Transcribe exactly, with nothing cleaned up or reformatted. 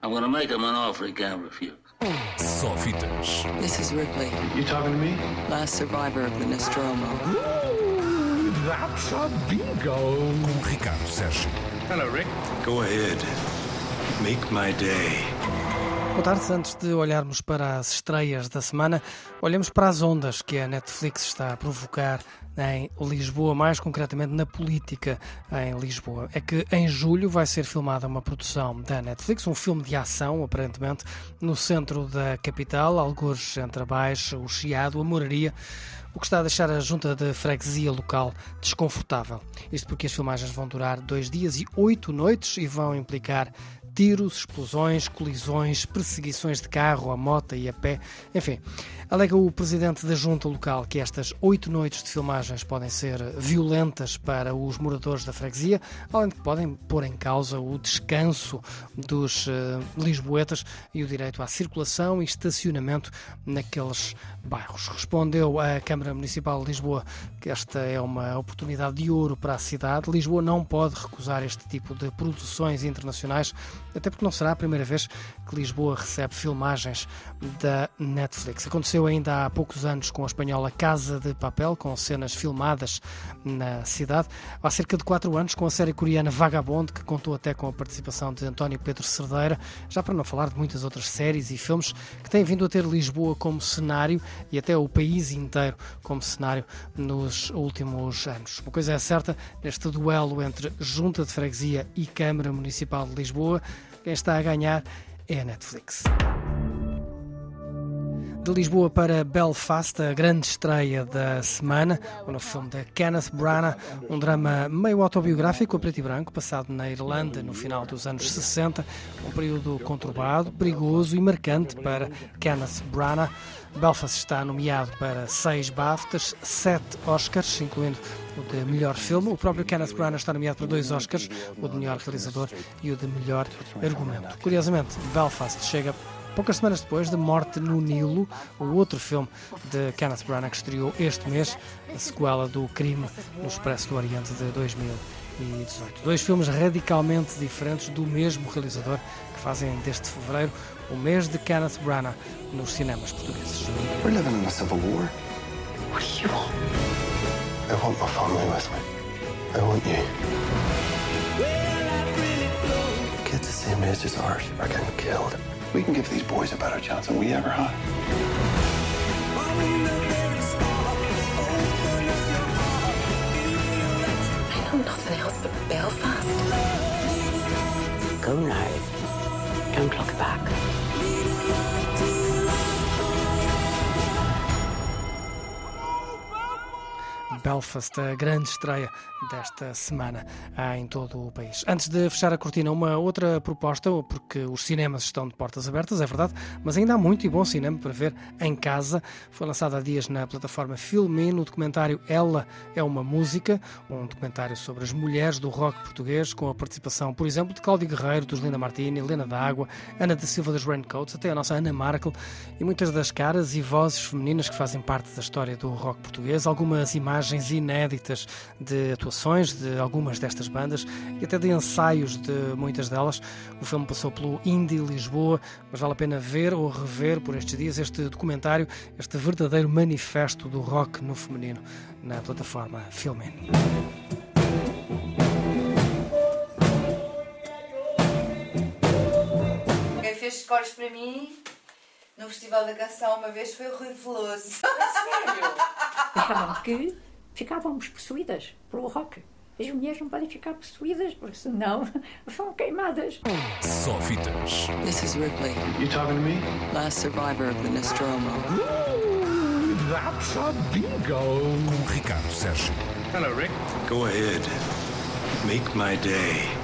I'm gonna make him an offer he can't refuse. Só fitas. This is Ripley, You talking to me? last survivor of the Nostromo. Ooh, that's a bingo. Com Ricardo Sérgio. Hello, Rick. Go ahead. Make my day. Boa tarde. Antes de olharmos para as estreias da semana, olhamos para as ondas que a Netflix está a provocar em Lisboa, mais concretamente na política em Lisboa. É que em julho vai ser filmada uma produção da Netflix, um filme de ação, aparentemente, no centro da capital, algures entre a Baixa, o Chiado, a Moraria, o que está a deixar a junta de freguesia local desconfortável. Isto porque as filmagens vão durar dois dias e oito noites e vão implicar tiros, explosões, colisões, perseguições de carro, a moto e a pé, enfim. Alega o presidente da junta local que estas oito noites de filmagens podem ser violentas para os moradores da freguesia, além de que podem pôr em causa o descanso dos uh, lisboetas e o direito à circulação e estacionamento naqueles bairros. Respondeu a Câmara Municipal de Lisboa que esta é uma oportunidade de ouro para a cidade. Lisboa não pode recusar este tipo de produções internacionais, até porque não será a primeira vez que Lisboa recebe filmagens da Netflix. Aconteceu ainda há poucos anos com a espanhola Casa de Papel, com cenas filmadas na cidade. Há cerca de quatro anos com a série coreana Vagabond, que contou até com a participação de António Pedro Cerdeira, já para não falar de muitas outras séries e filmes que têm vindo a ter Lisboa como cenário e até o país inteiro como cenário nos últimos anos. Uma coisa é certa, neste duelo entre Junta de Freguesia e Câmara Municipal de Lisboa, quem está a ganhar é a Netflix. De Lisboa para Belfast, a grande estreia da semana, o novo filme de Kenneth Branagh, um drama meio autobiográfico a preto e branco, passado na Irlanda no final dos anos sessenta, um período conturbado, perigoso e marcante para Kenneth Branagh. Belfast está nomeado para seis BAFTAs, sete Oscars, incluindo o de melhor filme. O próprio Kenneth Branagh está nomeado para dois Oscars, o de melhor realizador e o de melhor argumento. Curiosamente, Belfast chega poucas semanas depois de Morte no Nilo, o outro filme de Kenneth Branagh que estreou este mês, a sequela do Crime no Expresso do Oriente de dois mil e dezoito. Dois filmes radicalmente diferentes do mesmo realizador que fazem deste fevereiro o mês de Kenneth Branagh nos cinemas portugueses. We're living in a civil war. What do you want? I want my family with me. I want you. Kids the same age as ours are getting killed. We can give these boys a better chance than we ever had. I know nothing else but Belfast. Go now. Don't look back. Belfast, a grande estreia desta semana em todo o país. Antes de fechar a cortina, uma outra proposta, porque os cinemas estão de portas abertas, é verdade, mas ainda há muito e bom cinema para ver em casa. Foi lançado há dias na plataforma Filmin o documentário Ela é uma Música, um documentário sobre as mulheres do rock português, com a participação, por exemplo, de Cláudio Guerreiro, dos Linda Martini, Helena D'Água, Ana da Silva dos Raincoats, até a nossa Ana Markel, e muitas das caras e vozes femininas que fazem parte da história do rock português, algumas imagens inéditas de atuações de algumas destas bandas e até de ensaios de muitas delas. O filme passou pelo Indie Lisboa, mas vale a pena ver ou rever por estes dias este documentário, este verdadeiro manifesto do rock no feminino na plataforma Filmin. Quem fez scores para mim no Festival da Canção uma vez foi o Rui Veloso. Sério? Achavam que ficávamos possuídas pelo rock. As mulheres não podem ficar possuídas, porque senão são queimadas. Só fitas. This is Ripley, You talking to me? last survivor of the Nostromo. Ooh, that's a bingo. Com Ricardo Sérgio. Hello, Rick. Go ahead. Make my day.